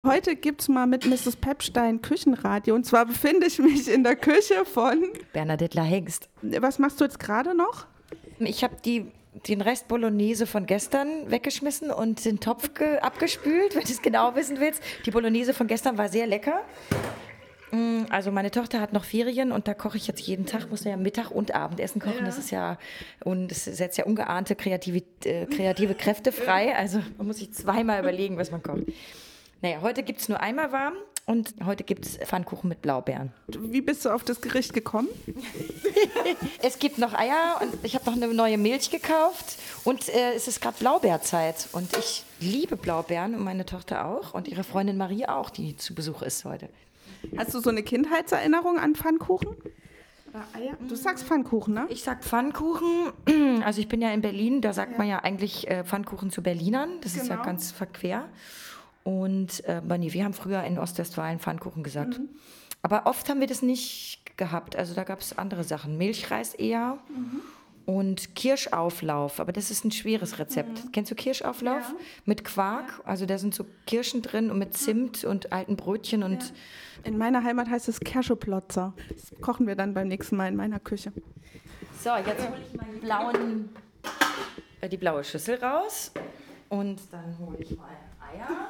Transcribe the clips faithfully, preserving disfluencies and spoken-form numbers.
Heute gibt es mal mit Misses Pepstein Küchenradio. Und zwar befinde ich mich in der Küche von Bernadette Hengst. Was machst du jetzt gerade noch? Ich habe die, den Rest Bolognese von gestern weggeschmissen und den Topf ge- abgespült, wenn du es genau wissen willst. Die Bolognese von gestern war sehr lecker. Also meine Tochter hat noch Ferien und da koche ich jetzt jeden Tag, muss ja Mittag und Abendessen kochen. Ja. Das ist ja, und das setzt ja ungeahnte kreative, äh, kreative Kräfte frei. Also man muss sich zweimal überlegen, was man kocht. Naja, heute gibt es nur einmal warm und heute gibt es Pfannkuchen mit Blaubeeren. Wie bist du auf das Gericht gekommen? Es gibt noch Eier und ich habe noch eine neue Milch gekauft und äh, es ist gerade Blaubeerzeit und ich liebe Blaubeeren und meine Tochter auch und ihre Freundin Marie auch, die zu Besuch ist heute. Hast du so eine Kindheitserinnerung an Pfannkuchen? Oder Eier? Du sagst Pfannkuchen, ne? Ich sag Pfannkuchen. Also ich bin ja in Berlin, da sagt ja. man ja eigentlich äh, Pfannkuchen zu Berlinern. Das genau. ist ja ganz verquer. Und äh, nee, wir haben früher in Ostwestfalen Pfannkuchen gesagt. Mhm. Aber oft haben wir das nicht gehabt. Also da gab es andere Sachen. Milchreis eher mhm. und Kirschauflauf. Aber das ist ein schweres Rezept. Mhm. Kennst du Kirschauflauf? Ja. Mit Quark. Ja. Also da sind so Kirschen drin und mit Zimt und alten Brötchen. Und ja. In meiner Heimat heißt es Käseplotzer. Das kochen wir dann beim nächsten Mal in meiner Küche. So, jetzt hole ich meinen blauen, äh, die blaue Schüssel raus. Und dann hole ich mal Eier,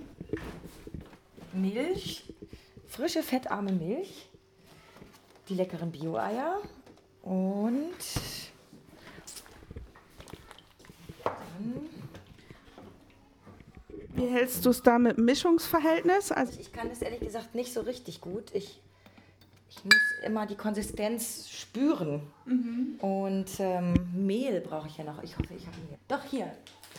Milch, frische, fettarme Milch, die leckeren Bio-Eier und dann... Wie hältst du es da mit Mischungsverhältnis? Also ich kann das ehrlich gesagt nicht so richtig gut. Ich, ich muss immer die Konsistenz spüren. Mhm. Und ähm, Mehl brauche ich ja noch. Ich hoffe, ich habe Mehl. Doch, hier.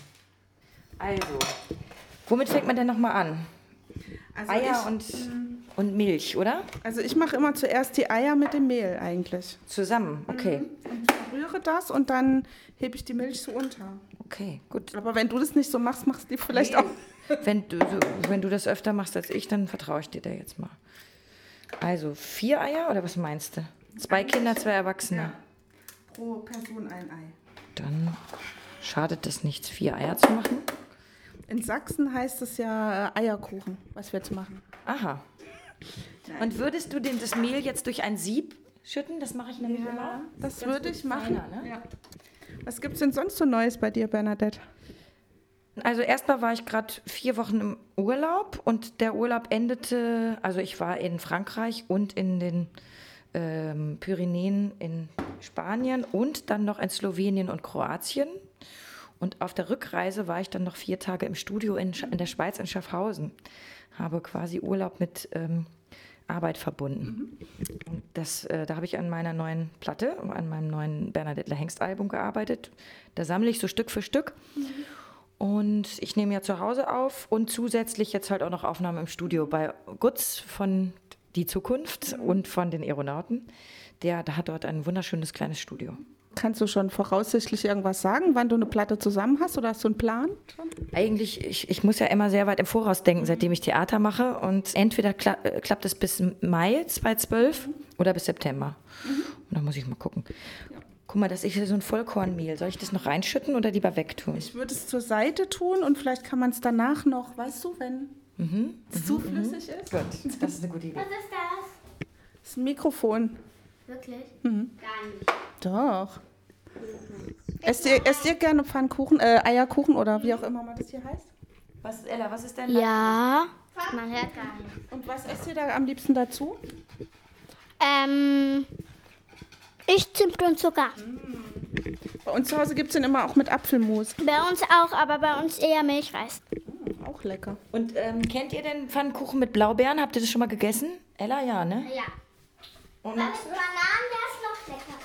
Also, womit fängt man denn nochmal an? Also Eier ich, und, ähm, und Milch, oder? Also ich mache immer zuerst die Eier mit dem Mehl eigentlich. Zusammen, okay. Mhm. Und rühre das und dann hebe ich die Milch so unter. Okay, gut. Aber wenn du das nicht so machst, machst du die vielleicht nee. auch. Wenn du, so, wenn du das öfter machst als ich, dann vertraue ich dir da jetzt mal. Also vier Eier oder was meinst du? Zwei eigentlich, Kinder, zwei Erwachsene. Ja. Pro Person ein Ei. Dann schadet es nichts, vier Eier zu machen. In Sachsen heißt es ja äh, Eierkuchen, was wir jetzt machen. Aha. Nein. Und würdest du denn das Mehl jetzt durch ein Sieb schütten? Das mache ich nämlich ja, immer. Das würde ich machen. Feiner, ne? Ja. Was gibt es denn sonst so Neues bei dir, Bernadette? Also erstmal war ich gerade vier Wochen im Urlaub und der Urlaub endete, also ich war in Frankreich und in den ähm, Pyrenäen in Spanien und dann noch in Slowenien und Kroatien. Und auf der Rückreise war ich dann noch vier Tage im Studio in, in der Schweiz in Schaffhausen. Habe quasi Urlaub mit ähm, Arbeit verbunden. Mhm. Und das, äh, da habe ich an meiner neuen Platte, an meinem neuen Bernadette Hengst Album gearbeitet. Da sammle ich so Stück für Stück. Mhm. Und ich nehme ja zu Hause auf und zusätzlich jetzt halt auch noch Aufnahmen im Studio bei Gutz von Die Zukunft mhm. und von den Aeronauten. Der, der hat dort ein wunderschönes kleines Studio. Kannst du schon voraussichtlich irgendwas sagen, wann du eine Platte zusammen hast oder hast du einen Plan? Eigentlich, ich, ich muss ja immer sehr weit im Voraus denken, seitdem ich Theater mache. Und entweder kla- äh, klappt es bis Mai zweitausendzwölf mhm. oder bis September. Mhm. Und dann muss ich mal gucken. Ja. Guck mal, das ist hier so ein Vollkornmehl. Soll ich das noch reinschütten oder lieber wegtun? Ich würde es zur Seite tun und vielleicht kann man es danach noch, weißt du, wenn mhm. es mhm. zu flüssig mhm. ist. Gut, das ist eine gute Idee. Was ist das? Das ist ein Mikrofon. Wirklich? Mhm. Gar nicht. Doch. Esst ihr, esst ihr gerne Pfannkuchen, äh, Eierkuchen oder wie auch immer man das hier heißt? Was, Ella, was ist denn Ja, man hört gar nicht. Und was esst ihr da am liebsten dazu? Ähm, ich Zimt und Zucker. Mm. Bei uns zu Hause gibt es den immer auch mit Apfelmus. Bei uns auch, aber bei uns eher Milchreis. Mm, auch lecker. Und ähm, kennt ihr den Pfannkuchen mit Blaubeeren? Habt ihr das schon mal gegessen? Ella, ja, ne? Ja. Und mit Bananen wäre es noch lecker.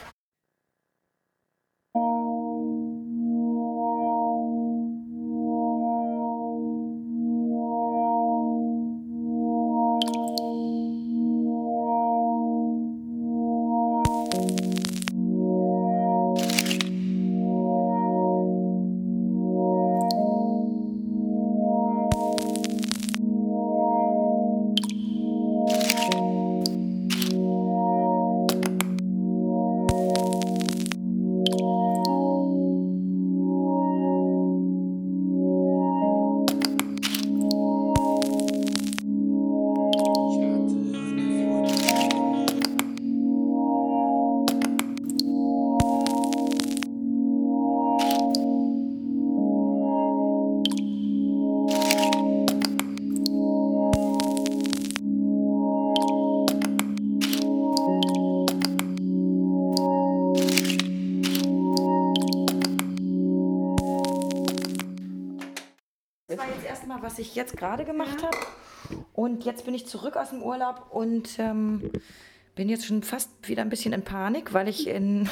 was ich jetzt gerade gemacht habe. Und jetzt bin ich zurück aus dem Urlaub und ähm, bin jetzt schon fast wieder ein bisschen in Panik, weil ich in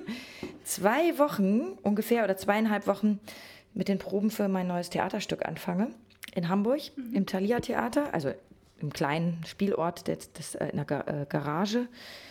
zwei Wochen ungefähr oder zweieinhalb Wochen mit den Proben für mein neues Theaterstück anfange. In Hamburg, mhm. im Thalia Theater, also im kleinen Spielort des, des, äh, in der Ga- äh, Garage.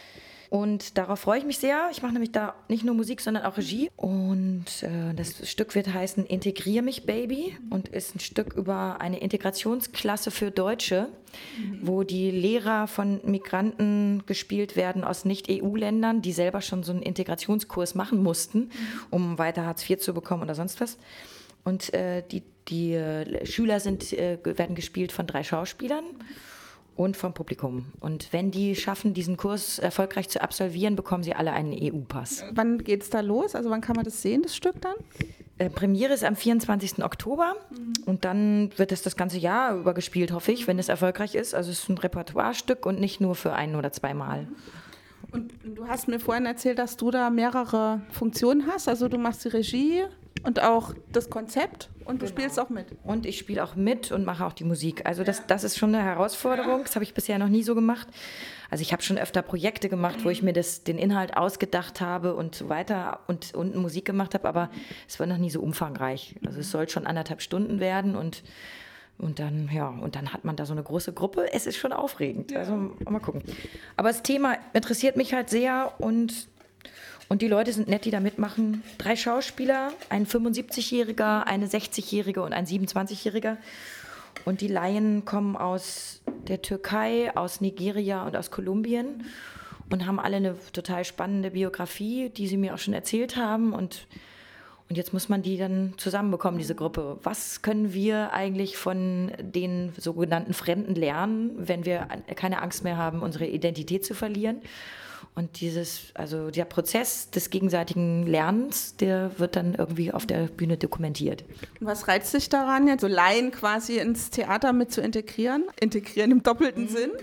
Und darauf freue ich mich sehr. Ich mache nämlich da nicht nur Musik, sondern auch Regie. Und äh, das Stück wird heißen Integrier mich, Baby. Und ist ein Stück über eine Integrationsklasse für Deutsche, mhm. wo die Lehrer von Migranten gespielt werden aus Nicht-E U-Ländern, die selber schon so einen Integrationskurs machen mussten, mhm. um weiter Hartz vier zu bekommen oder sonst was. Und äh, die, die äh, Schüler sind, äh, werden gespielt von drei Schauspielern. Und vom Publikum. Und wenn die schaffen, diesen Kurs erfolgreich zu absolvieren, bekommen sie alle einen E U-Pass. Wann geht es da los? Also wann kann man das sehen, das Stück dann? Äh, Premiere ist am vierundzwanzigsten Oktober mhm. und dann wird es das ganze Jahr über gespielt, hoffe ich, wenn es erfolgreich ist. Also es ist ein Repertoirestück und nicht nur für ein oder zweimal. Und du hast mir vorhin erzählt, dass du da mehrere Funktionen hast. Also du machst die Regie und auch das Konzept und du genau. spielst auch mit. Und ich spiele auch mit und mache auch die Musik. Also das, das ist schon eine Herausforderung. Das habe ich bisher noch nie so gemacht. Also ich habe schon öfter Projekte gemacht, wo ich mir das, den Inhalt ausgedacht habe und so weiter und, und Musik gemacht habe, aber es war noch nie so umfangreich. Also es soll schon anderthalb Stunden werden und Und dann, ja, und dann hat man da so eine große Gruppe. Es ist schon aufregend. Ja. Also mal gucken. Aber das Thema interessiert mich halt sehr und, und die Leute sind nett, die da mitmachen. Drei Schauspieler, ein fünfundsiebzigjähriger, eine sechzigjährige und ein siebenundzwanzigjähriger. Und die Laien kommen aus der Türkei, aus Nigeria und aus Kolumbien und haben alle eine total spannende Biografie, die sie mir auch schon erzählt haben. Und Und jetzt muss man die dann zusammenbekommen, diese Gruppe. Was können wir eigentlich von den sogenannten Fremden lernen, wenn wir keine Angst mehr haben, unsere Identität zu verlieren? Und dieses, also der Prozess des gegenseitigen Lernens, der wird dann irgendwie auf der Bühne dokumentiert. Und was reizt dich daran, jetzt so Laien quasi ins Theater mit zu integrieren? Integrieren im doppelten Sinn?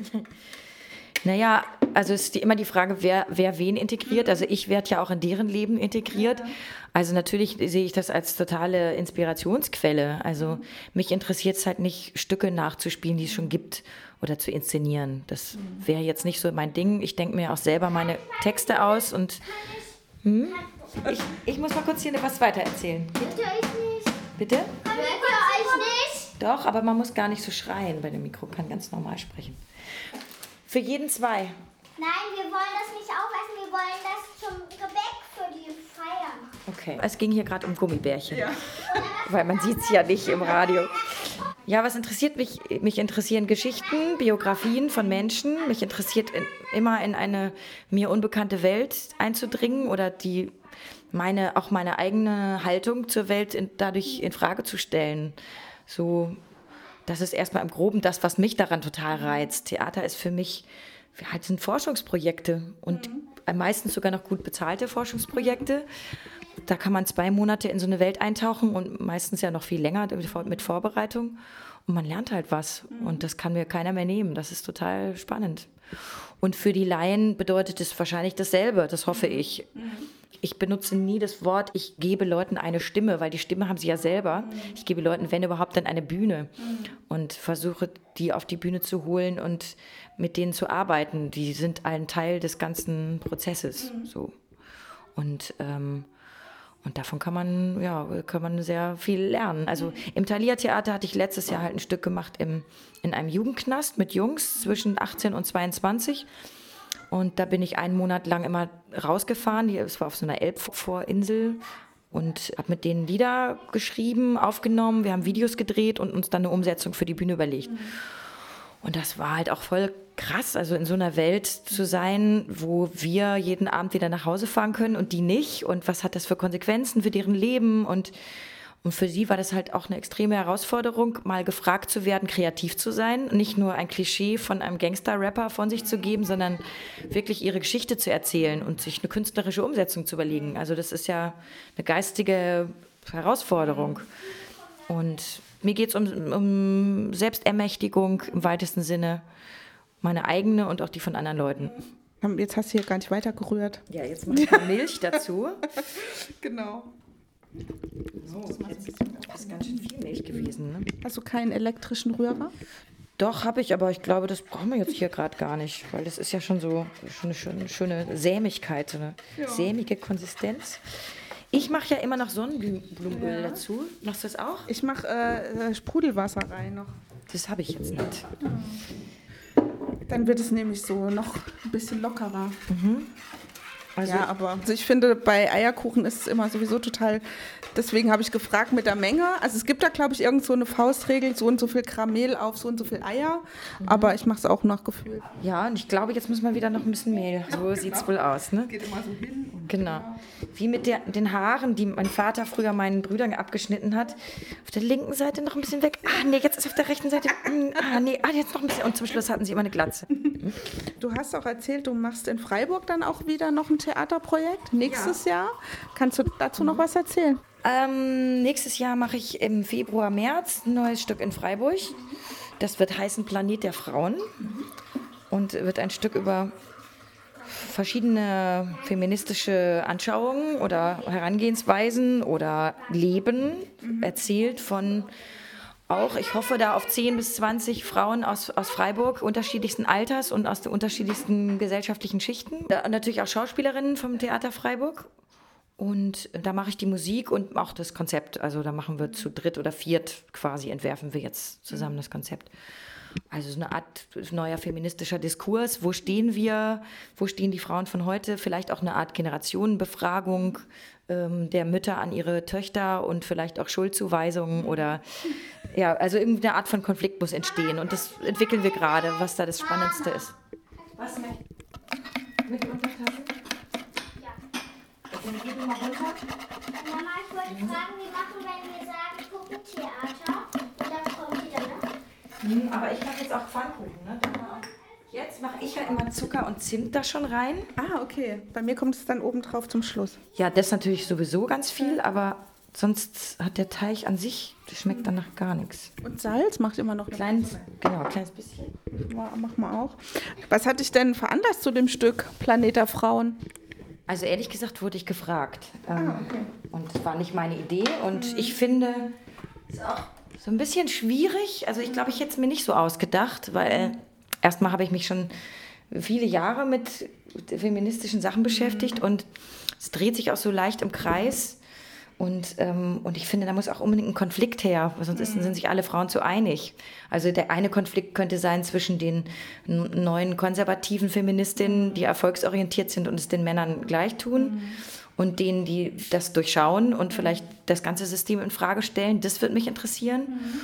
Naja, also es ist die, immer die Frage, wer, wer wen integriert. Also ich werde ja auch in deren Leben integriert. Also natürlich sehe ich das als totale Inspirationsquelle. Also mich interessiert es halt nicht, Stücke nachzuspielen, die es schon gibt oder zu inszenieren. Das wäre jetzt nicht so mein Ding. Ich denke mir auch selber meine Texte aus und hm? ich, ich muss mal kurz hier was weiter erzählen. Hört ihr euch nicht? Bitte? Hört ihr euch nicht? Doch, aber man muss gar nicht so schreien bei dem Mikro, kann ganz normal sprechen. Für jeden zwei. Nein, wir wollen das nicht aufessen, wir wollen das zum Gebäck für die Feier machen. Okay, es ging hier gerade um Gummibärchen, ja. Weil man sieht es ja nicht im Radio. Ja, was interessiert mich? Mich interessieren Geschichten, Biografien von Menschen. Mich interessiert in, immer in eine mir unbekannte Welt einzudringen oder die meine, auch meine eigene Haltung zur Welt in, dadurch in Frage zu stellen. So, das ist erstmal im Groben das, was mich daran total reizt. Theater ist für mich, halt sind Forschungsprojekte und mhm. meistens sogar noch gut bezahlte Forschungsprojekte. Da kann man zwei Monate in so eine Welt eintauchen und meistens ja noch viel länger mit Vorbereitung. Und man lernt halt was mhm. und das kann mir keiner mehr nehmen. Das ist total spannend. Und für die Laien bedeutet es wahrscheinlich dasselbe, das hoffe ich. Mhm. Ich benutze nie das Wort, ich gebe Leuten eine Stimme, weil die Stimme haben sie ja selber. Ich gebe Leuten, wenn überhaupt, dann eine Bühne und versuche, die auf die Bühne zu holen und mit denen zu arbeiten. Die sind ein Teil des ganzen Prozesses. So. Und, ähm, und davon kann man, ja, kann man sehr viel lernen. Also im Thalia Theater hatte ich letztes Jahr halt ein Stück gemacht im, in einem Jugendknast mit Jungs zwischen achtzehn und zweiundzwanzig. Und da bin ich einen Monat lang immer rausgefahren. Es war auf so einer Elbvorinsel und habe mit denen Lieder geschrieben, aufgenommen. Wir haben Videos gedreht und uns dann eine Umsetzung für die Bühne überlegt. Und das war halt auch voll krass, also in so einer Welt zu sein, wo wir jeden Abend wieder nach Hause fahren können und die nicht. Und was hat das für Konsequenzen für deren Leben? Und Und für sie war das halt auch eine extreme Herausforderung, mal gefragt zu werden, kreativ zu sein. Nicht nur ein Klischee von einem Gangster-Rapper von sich zu geben, sondern wirklich ihre Geschichte zu erzählen und sich eine künstlerische Umsetzung zu überlegen. Also das ist ja eine geistige Herausforderung. Und mir geht es um, um Selbstermächtigung im weitesten Sinne, meine eigene und auch die von anderen Leuten. Jetzt hast du hier gar nicht weiter gerührt. Ja, jetzt mache ich mal Milch dazu. Genau. So, jetzt ist ganz schön viel Milch gewesen. Ne? Hast du keinen elektrischen Rührer? Doch, habe ich, aber ich glaube, das brauchen wir jetzt hier gerade gar nicht, weil das ist ja schon so schon eine schöne, schöne Sämigkeit, so eine ja. sämige Konsistenz. Ich mache ja immer noch Sonnenblumenöl ja. dazu. Machst du das auch? Ich mache äh, Sprudelwasser rein noch. Das habe ich jetzt nicht. Dann wird es nämlich so noch ein bisschen lockerer. Mhm. Also, ja, aber also ich finde, bei Eierkuchen ist es immer sowieso total, deswegen habe ich gefragt mit der Menge. Also es gibt da, glaube ich, irgend so eine Faustregel, so und so viel Gramm Mehl auf so und so viel Eier, mhm. aber ich mache es auch nach Gefühl. Ja, und ich glaube, jetzt müssen wir wieder noch ein bisschen Mehl. So genau. Sieht es wohl aus, ne? Geht immer so hin. Und genau. Wie mit der, den Haaren, die mein Vater früher meinen Brüdern abgeschnitten hat. Auf der linken Seite noch ein bisschen weg. Ah, nee, jetzt ist auf der rechten Seite. Ah, nee, ah, jetzt noch ein bisschen. Und zum Schluss hatten sie immer eine Glatze. Du hast auch erzählt, du machst in Freiburg dann auch wieder noch ein Theaterprojekt nächstes ja. Jahr. Kannst du dazu noch was erzählen? Ähm, nächstes Jahr mache ich im Februar, März ein neues Stück in Freiburg. Das wird heißen Planet der Frauen und wird ein Stück über verschiedene feministische Anschauungen oder Herangehensweisen oder Leben erzählt von auch, ich hoffe, da auf zehn bis zwanzig Frauen aus, aus Freiburg, unterschiedlichsten Alters und aus den unterschiedlichsten gesellschaftlichen Schichten. Da, natürlich auch Schauspielerinnen vom Theater Freiburg. Und da mache ich die Musik und auch das Konzept. Also da machen wir zu dritt oder viert quasi, entwerfen wir jetzt zusammen das Konzept. Also so eine Art neuer feministischer Diskurs. Wo stehen wir? Wo stehen die Frauen von heute? Vielleicht auch eine Art Generationenbefragung ähm, der Mütter an ihre Töchter und vielleicht auch Schuldzuweisungen oder ja, also irgendeine Art von Konflikt muss entstehen. Und das entwickeln wir gerade, was da das Spannendste ist. Was mit, mit Untertassen? Ja. Dann geh du mal runter. Mama, ich wollte fragen, wie machen, wenn wir sagen Puppentheater? Und dann kommt die dann, ne? Hm, aber ich mache jetzt auch Pfannkuchen, ne? Jetzt mache ich ja immer Zucker und Zimt da schon rein. Ah, okay. Bei mir kommt es dann oben drauf zum Schluss. Ja, das natürlich sowieso ganz viel, aber sonst hat der Teig an sich, das schmeckt dann nach gar nichts. Und Salz macht immer noch ein kleines, genau, ein kleines bisschen. Ja, mach mal auch. Was hat dich denn veranlasst zu dem Stück Planet der Frauen? Also ehrlich gesagt wurde ich gefragt. Ah, okay. Und es war nicht meine Idee. Und ich finde, es ist auch so ein bisschen schwierig. Also ich glaube, ich hätte es mir nicht so ausgedacht, weil erstmal habe ich mich schon viele Jahre mit feministischen Sachen beschäftigt und es dreht sich auch so leicht im Kreis. Und, ähm, und ich finde, da muss auch unbedingt ein Konflikt her, sonst ist, sind sich alle Frauen zu einig. Also der eine Konflikt könnte sein zwischen den n- neuen konservativen Feministinnen, die erfolgsorientiert sind und es den Männern gleich tun, mhm. und denen, die das durchschauen und vielleicht das ganze System in Frage stellen. Das würde mich interessieren. Mhm.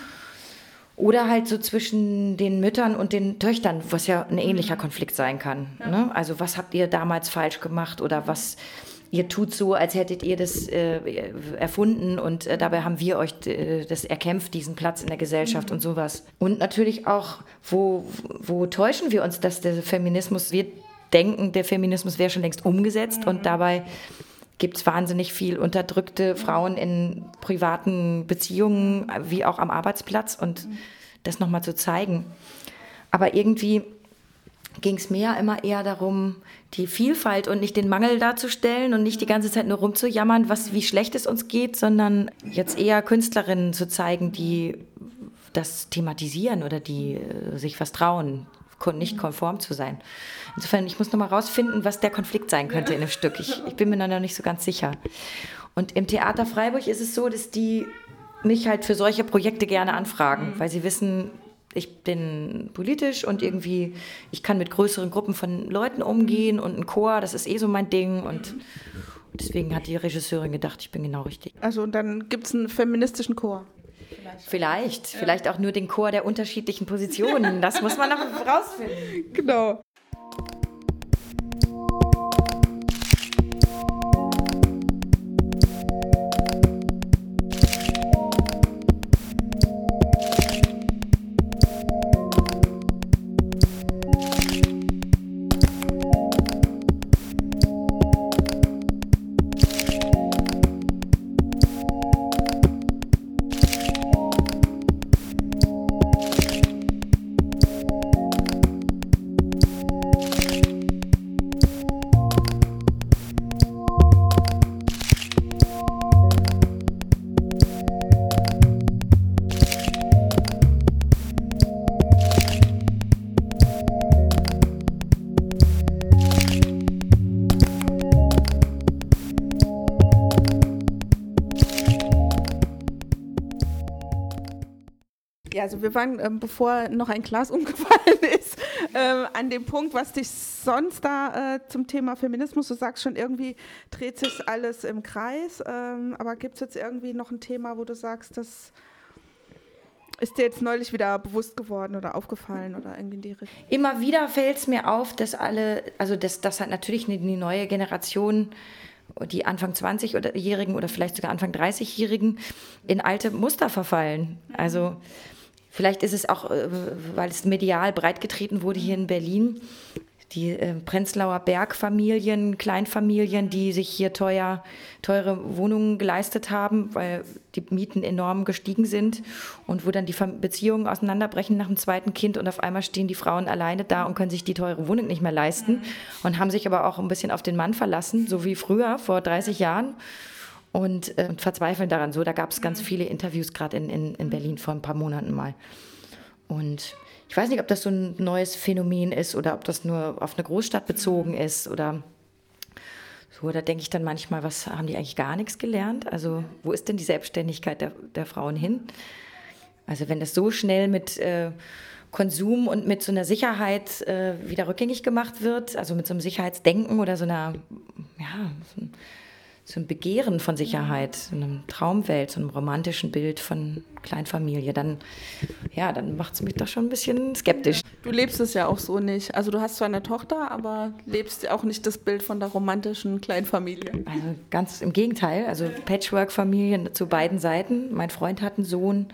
Oder halt so zwischen den Müttern und den Töchtern, was ja ein ähnlicher Konflikt sein kann. Ja. Ne? Also was habt ihr damals falsch gemacht oder was... Ihr tut so, als hättet ihr das äh, erfunden und äh, dabei haben wir euch äh, das erkämpft, diesen Platz in der Gesellschaft mhm. und sowas. Und natürlich auch, wo, wo täuschen wir uns, dass der Feminismus, wir denken, der Feminismus wäre schon längst umgesetzt mhm. und dabei gibt es wahnsinnig viel unterdrückte Frauen in privaten Beziehungen, wie auch am Arbeitsplatz und mhm. das nochmal zu zeigen. Aber irgendwie ging es mir immer eher darum, die Vielfalt und nicht den Mangel darzustellen und nicht die ganze Zeit nur rumzujammern, was, wie schlecht es uns geht, sondern jetzt eher Künstlerinnen zu zeigen, die das thematisieren oder die äh, sich was trauen, nicht konform zu sein. Insofern, ich muss noch mal rausfinden, was der Konflikt sein könnte in dem Stück. Ich, ich bin mir noch nicht so ganz sicher. Und im Theater Freiburg ist es so, dass die mich halt für solche Projekte gerne anfragen, weil sie wissen, ich bin politisch und irgendwie, ich kann mit größeren Gruppen von Leuten umgehen und ein Chor, das ist eh so mein Ding und deswegen hat die Regisseurin gedacht, ich bin genau richtig. Also und dann gibt es einen feministischen Chor? Vielleicht, vielleicht, ja. vielleicht auch nur den Chor der unterschiedlichen Positionen, das muss man noch rausfinden. Genau. also wir waren, ähm, bevor noch ein Glas umgefallen ist, ähm, an dem Punkt, was dich sonst da äh, zum Thema Feminismus, du sagst schon, irgendwie dreht sich alles im Kreis, ähm, aber gibt es jetzt irgendwie noch ein Thema, wo du sagst, das ist dir jetzt neulich wieder bewusst geworden oder aufgefallen oder irgendwie in die Richtung? Immer wieder fällt es mir auf, dass alle, also dass, dass halt natürlich die neue Generation, die Anfang zwanzigjährigen oder vielleicht sogar Anfang dreißigjährigen in alte Muster verfallen. Also vielleicht ist es auch, weil es medial breitgetreten wurde hier in Berlin, die äh, Prenzlauer Bergfamilien, Kleinfamilien, die sich hier teuer, teure Wohnungen geleistet haben, weil die Mieten enorm gestiegen sind und wo dann die Fam- Beziehungen auseinanderbrechen nach dem zweiten Kind und auf einmal stehen die Frauen alleine da und können sich die teure Wohnung nicht mehr leisten und haben sich aber auch ein bisschen auf den Mann verlassen, so wie früher, vor dreißig Jahren und, äh, und verzweifeln daran. So, da gab es ganz viele Interviews gerade in, in, in Berlin vor ein paar Monaten mal. Und ich weiß nicht, ob das so ein neues Phänomen ist oder ob das nur auf eine Großstadt bezogen ist oder so. Da denke ich dann manchmal, was haben die eigentlich gar nichts gelernt? Also wo ist denn die Selbstständigkeit der, der Frauen hin? Also wenn das so schnell mit äh, Konsum und mit so einer Sicherheit äh, wieder rückgängig gemacht wird, also mit so einem Sicherheitsdenken oder so einer, ja, so ein, so ein Begehren von Sicherheit, so einer Traumwelt, so einem romantischen Bild von Kleinfamilie, dann, ja, dann macht es mich doch schon ein bisschen skeptisch. Du lebst es ja auch so nicht. Also du hast zwar eine Tochter, aber lebst auch nicht das Bild von der romantischen Kleinfamilie. Also ganz im Gegenteil, also Patchwork-Familien zu beiden Seiten. Mein Freund hat einen Sohn,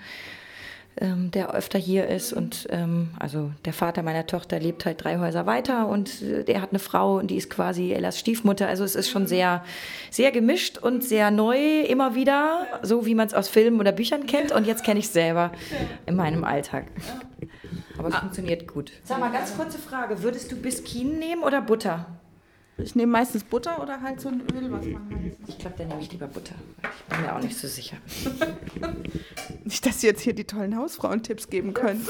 ähm, der öfter hier ist und ähm, also der Vater meiner Tochter lebt halt drei Häuser weiter und äh, der hat eine Frau und die ist quasi Ellas Stiefmutter. Also es ist schon sehr, sehr gemischt und sehr neu immer wieder, so wie man es aus Filmen oder Büchern kennt und jetzt kenne ich es selber in meinem Alltag. Aber es ah. funktioniert gut. Sag mal, ganz kurze Frage, würdest du Biskin nehmen oder Butter? Ich nehme meistens Butter oder halt so ein Öl, was man halt... Ich glaube, dann nehme ich lieber Butter. Ich bin mir auch nicht so sicher. Nicht, dass ihr jetzt hier die tollen Hausfrauentipps geben könnt.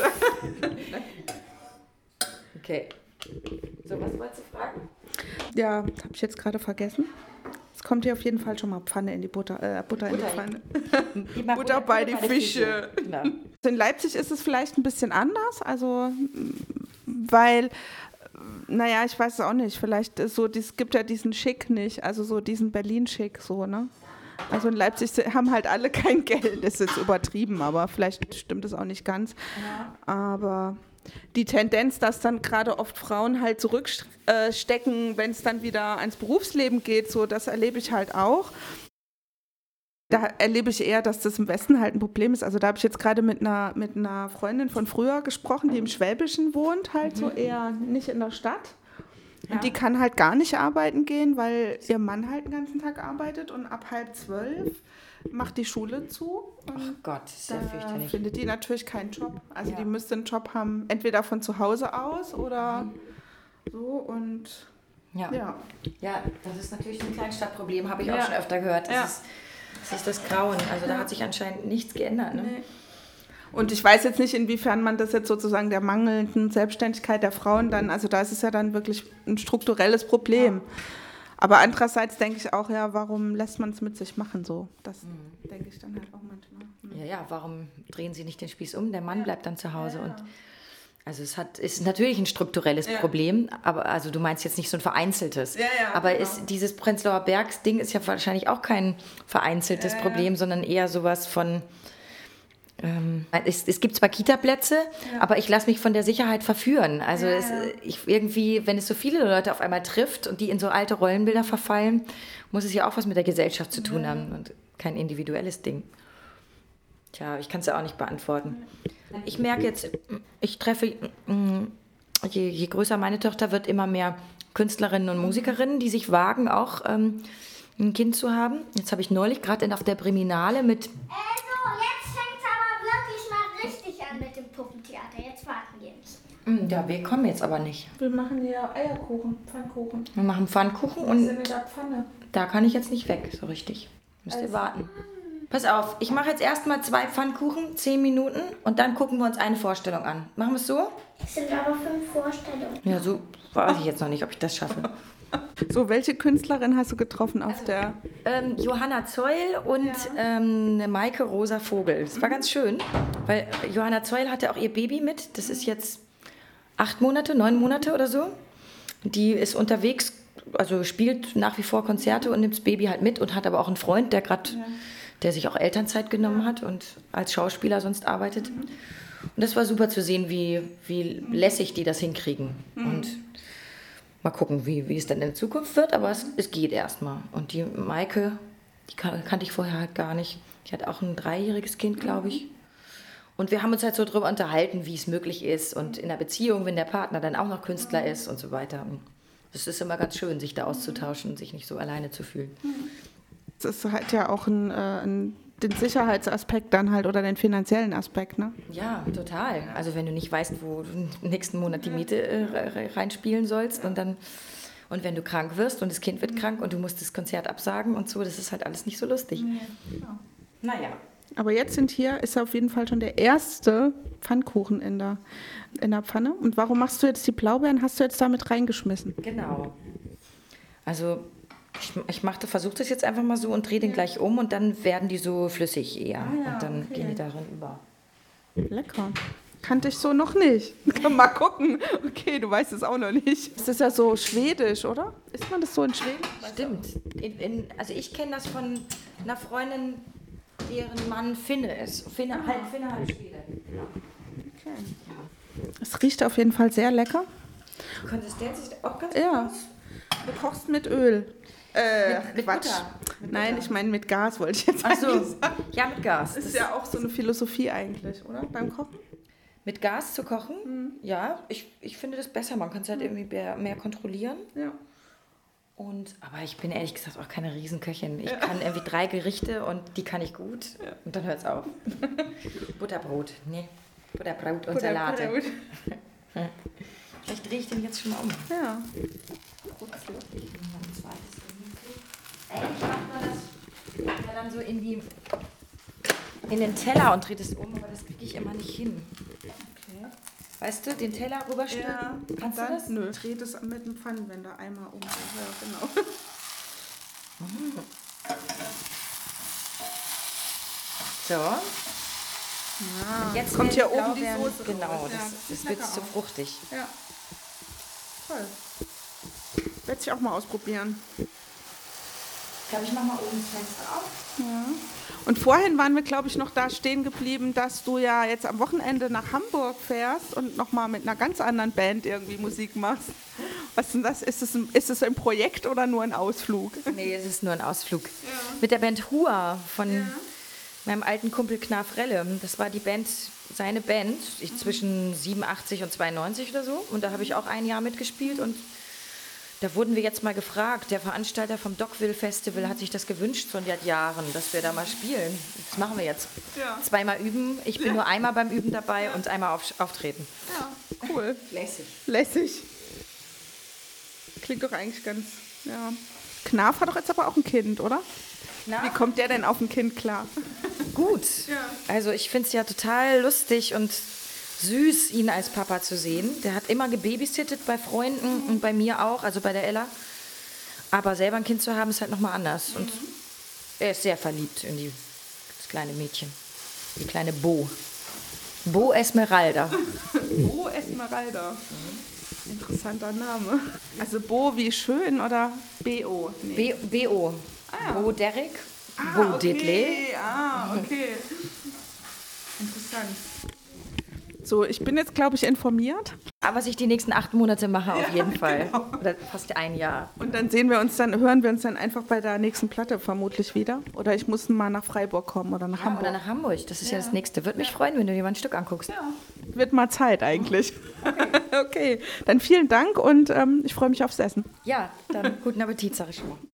Okay. So, was wolltest du fragen? Ja, habe ich jetzt gerade vergessen. Es kommt hier auf jeden Fall schon mal Pfanne in die Butter, äh, Butter, Butter in die Pfanne. Die Butter, Butter bei die Fische. Genau. In Leipzig ist es vielleicht ein bisschen anders, also weil... Naja, ich weiß es auch nicht. Vielleicht ist so, es gibt ja diesen Schick nicht, also so diesen Berlin-Schick so, ne? Also in Leipzig haben halt alle kein Geld, das ist jetzt übertrieben, aber vielleicht stimmt es auch nicht ganz. Ja. Aber die Tendenz, dass dann gerade oft Frauen halt zurückstecken, wenn es dann wieder ans Berufsleben geht, so, das erlebe ich halt auch. Da erlebe ich eher, dass das im Westen halt ein Problem ist. Also da habe ich jetzt gerade mit einer, mit einer Freundin von früher gesprochen, die im Schwäbischen wohnt, halt mhm. so eher nicht in der Stadt. Ja. Und die kann halt gar nicht arbeiten gehen, weil ihr Mann halt den ganzen Tag arbeitet und ab halb zwölf macht die Schule zu. Ach Gott, das ist ja fürchterlich. Findet die natürlich keinen Job. Also ja. die müsste einen Job haben, entweder von zu Hause aus oder mhm. so und... Ja. Ja. ja, das ist natürlich ein Kleinstadtproblem, habe ich ja. auch schon öfter gehört. Das ja. ist, Das ist das Grauen. Also da hat sich anscheinend nichts geändert. Ne? Nee. Und ich weiß jetzt nicht, inwiefern man das jetzt sozusagen der mangelnden Selbstständigkeit der Frauen dann, also da ist es ja dann wirklich ein strukturelles Problem. Ja. Aber andererseits denke ich auch, ja, warum lässt man es mit sich machen so? Das mhm. denke ich dann halt auch manchmal. Mhm. Ja, ja, warum drehen sie nicht den Spieß um? Der Mann ja. bleibt dann zu Hause ja. und also es hat, ist natürlich ein strukturelles ja. Problem, aber also du meinst jetzt nicht so ein vereinzeltes. Ja, ja, aber genau. ist, dieses Prenzlauer Bergs-Ding ist ja wahrscheinlich auch kein vereinzeltes ja, ja. Problem, sondern eher sowas von, ähm, es, es gibt zwar Kita-Plätze, ja. aber ich lasse mich von der Sicherheit verführen. Also ja, es, ja. Ich, irgendwie, wenn es so viele Leute auf einmal trifft und die in so alte Rollenbilder verfallen, muss es ja auch was mit der Gesellschaft zu tun ja. haben und kein individuelles Ding. Tja, ich kann es ja auch nicht beantworten. Ich merke jetzt, ich treffe, je, je größer meine Tochter wird, immer mehr Künstlerinnen und Musikerinnen, die sich wagen, auch ähm, ein Kind zu haben. Jetzt habe ich neulich gerade auf der Priminale mit... Äh, so, jetzt fängt es aber wirklich mal richtig an mit dem Puppentheater. Jetzt warten wir nicht. Ja, wir kommen jetzt aber nicht. Wir machen ja Eierkuchen, Pfannkuchen. Wir machen Pfannkuchen und in der Pfanne. Da kann ich jetzt nicht weg, so richtig. Müsst ihr also, warten. Pass auf, ich mache jetzt erstmal zwei Pfannkuchen, zehn Minuten und dann gucken wir uns eine Vorstellung an. Machen wir es so? Es sind aber fünf Vorstellungen. Ja, so weiß ich jetzt noch nicht, ob ich das schaffe. So, welche Künstlerin hast du getroffen auf der... Ähm, Johanna Zeul und ja. ähm, eine Maike Rosa Vogel. Das war ganz schön, weil Johanna Zeul hatte auch ihr Baby mit. Das ist jetzt acht Monate, neun Monate oder so. Die ist unterwegs, also spielt nach wie vor Konzerte und nimmt das Baby halt mit und hat aber auch einen Freund, der gerade, ja. der sich auch Elternzeit genommen hat und als Schauspieler sonst arbeitet. Mhm. Und das war super zu sehen, wie, wie lässig die das hinkriegen. Mhm. Und mal gucken, wie, wie es dann in der Zukunft wird, aber es, es geht erstmal. Und die Maike, die kan- kannte ich vorher halt gar nicht. Die hat auch ein dreijähriges Kind, glaube ich. Und wir haben uns halt so darüber unterhalten, wie es möglich ist. Und in der Beziehung, wenn der Partner dann auch noch Künstler ist und so weiter. Und das ist immer ganz schön, sich da auszutauschen und sich nicht so alleine zu fühlen. Das ist halt ja auch ein, äh, ein, den Sicherheitsaspekt dann halt oder den finanziellen Aspekt, ne? Ja, total. Also wenn du nicht weißt, wo du nächsten Monat die Miete äh, reinspielen sollst und dann und wenn du krank wirst und das Kind wird krank und du musst das Konzert absagen und so, das ist halt alles nicht so lustig. Ja. Naja. Aber jetzt sind hier, ist auf jeden Fall schon der erste Pfannkuchen in der, in der Pfanne. Und warum machst du jetzt die Blaubeeren? Hast du jetzt damit reingeschmissen? Genau. Also ich, ich mache, versuche das jetzt einfach mal so und drehe den gleich um und dann werden die so flüssig eher. Ah ja, und dann okay. gehen die darin über. Lecker. Kannte ich so noch nicht. Mal gucken. Okay, du weißt es auch noch nicht. Das ist ja so schwedisch, oder? Ist man das so in Schweden? Stimmt. In, in, also ich kenne das von einer Freundin, deren Mann Finne ist. Finne, ah. halb Finne, halb Schwede. Ja. Okay. Es riecht auf jeden Fall sehr lecker. Die Konsistenz ist auch ganz ja. gut. Du kochst mit Öl. Äh, mit, mit Quatsch. Butter. Mit Nein, Butter. ich meine mit Gas, wollte ich jetzt Ach so. sagen. Ja, mit Gas. Das ist ja auch so eine Philosophie eigentlich, oder? Beim Kochen? Mit Gas zu kochen? Mhm. Ja, ich, ich finde das besser. Man kann es halt irgendwie mehr, mehr kontrollieren. Ja. Und, aber ich bin ehrlich gesagt auch keine Riesenköchin. Ich ja. kann irgendwie drei Gerichte und die kann ich gut. Ja. Und dann hört es auf. Butterbrot. Nee, Butterbrot und Butter, Salate. Butterbrot. Vielleicht drehe ich den jetzt schon mal um. Ja. Ey, ich mach mal das ja, dann so in, die, in den Teller und drehe das um, aber das kriege ich immer nicht hin. Okay. Weißt du, den Teller rüberstülpen? Ja. Kannst dann, du das? Nö, dreh das mit dem Pfannenwender einmal um. Ja, genau. Mhm. So. Ja, jetzt kommt hier oben die Blaubeeren, Soße. Genau, das, ja, das, das wird lecker zu auch. fruchtig. Ja. Toll. Werde ich auch mal ausprobieren. Ich glaube, ich mache mal oben das Fenster auf. Ja. Und vorhin waren wir, glaube ich, noch da stehen geblieben, dass du ja jetzt am Wochenende nach Hamburg fährst und nochmal mit einer ganz anderen Band irgendwie Musik machst. Was ist denn das? Ist es ein, ist es ein Projekt oder nur ein Ausflug? Nee, es ist nur ein Ausflug. Ja. Mit der Band Hua von ja. meinem alten Kumpel Knarf Relle. Das war die Band, seine Band, ich, zwischen siebenundachtzig und zweiundneunzig oder so. Und da habe ich auch ein Jahr mitgespielt und da wurden wir jetzt mal gefragt. Der Veranstalter vom Dockville Festival hat sich das gewünscht schon seit Jahren, dass wir da mal spielen. Das machen wir jetzt. Ja. Zweimal üben. Ich bin ja. nur einmal beim Üben dabei ja. und einmal auf, auftreten. Ja, cool. Lässig. Lässig. Klingt doch eigentlich ganz, ja. Knarf hat doch jetzt aber auch ein Kind, oder? Knarf? Wie kommt der denn auf ein Kind klar? Gut. Ja. Also ich finde es ja total lustig und süß, ihn als Papa zu sehen. Der hat immer gebabysittet bei Freunden mhm. und bei mir auch, also bei der Ella. Aber selber ein Kind zu haben, ist halt nochmal anders. Mhm. Und er ist sehr verliebt in die, das kleine Mädchen. Die kleine Bo. Bo Esmeralda. Bo Esmeralda. Mhm. Interessanter Name. Also Bo wie schön oder B O? Nee. B O. Ah, ja. Bo Derek. Ah, Bo okay. Diddley. Ah, okay. Interessant. So, ich bin jetzt, glaube ich, informiert. Aber was ich die nächsten acht Monate mache, auf ja, jeden Fall. Genau. Oder fast ein Jahr. Und dann sehen wir uns dann, hören wir uns dann einfach bei der nächsten Platte vermutlich wieder. Oder ich muss mal nach Freiburg kommen oder nach ja, Hamburg. Oder nach Hamburg, das ist ja, ja das Nächste. Würde mich ja. freuen, wenn du dir mal ein Stück anguckst. Ja, wird mal Zeit eigentlich. Okay, okay. Dann vielen Dank und ähm, ich freue mich aufs Essen. Ja, dann guten Appetit, sage ich schon mal.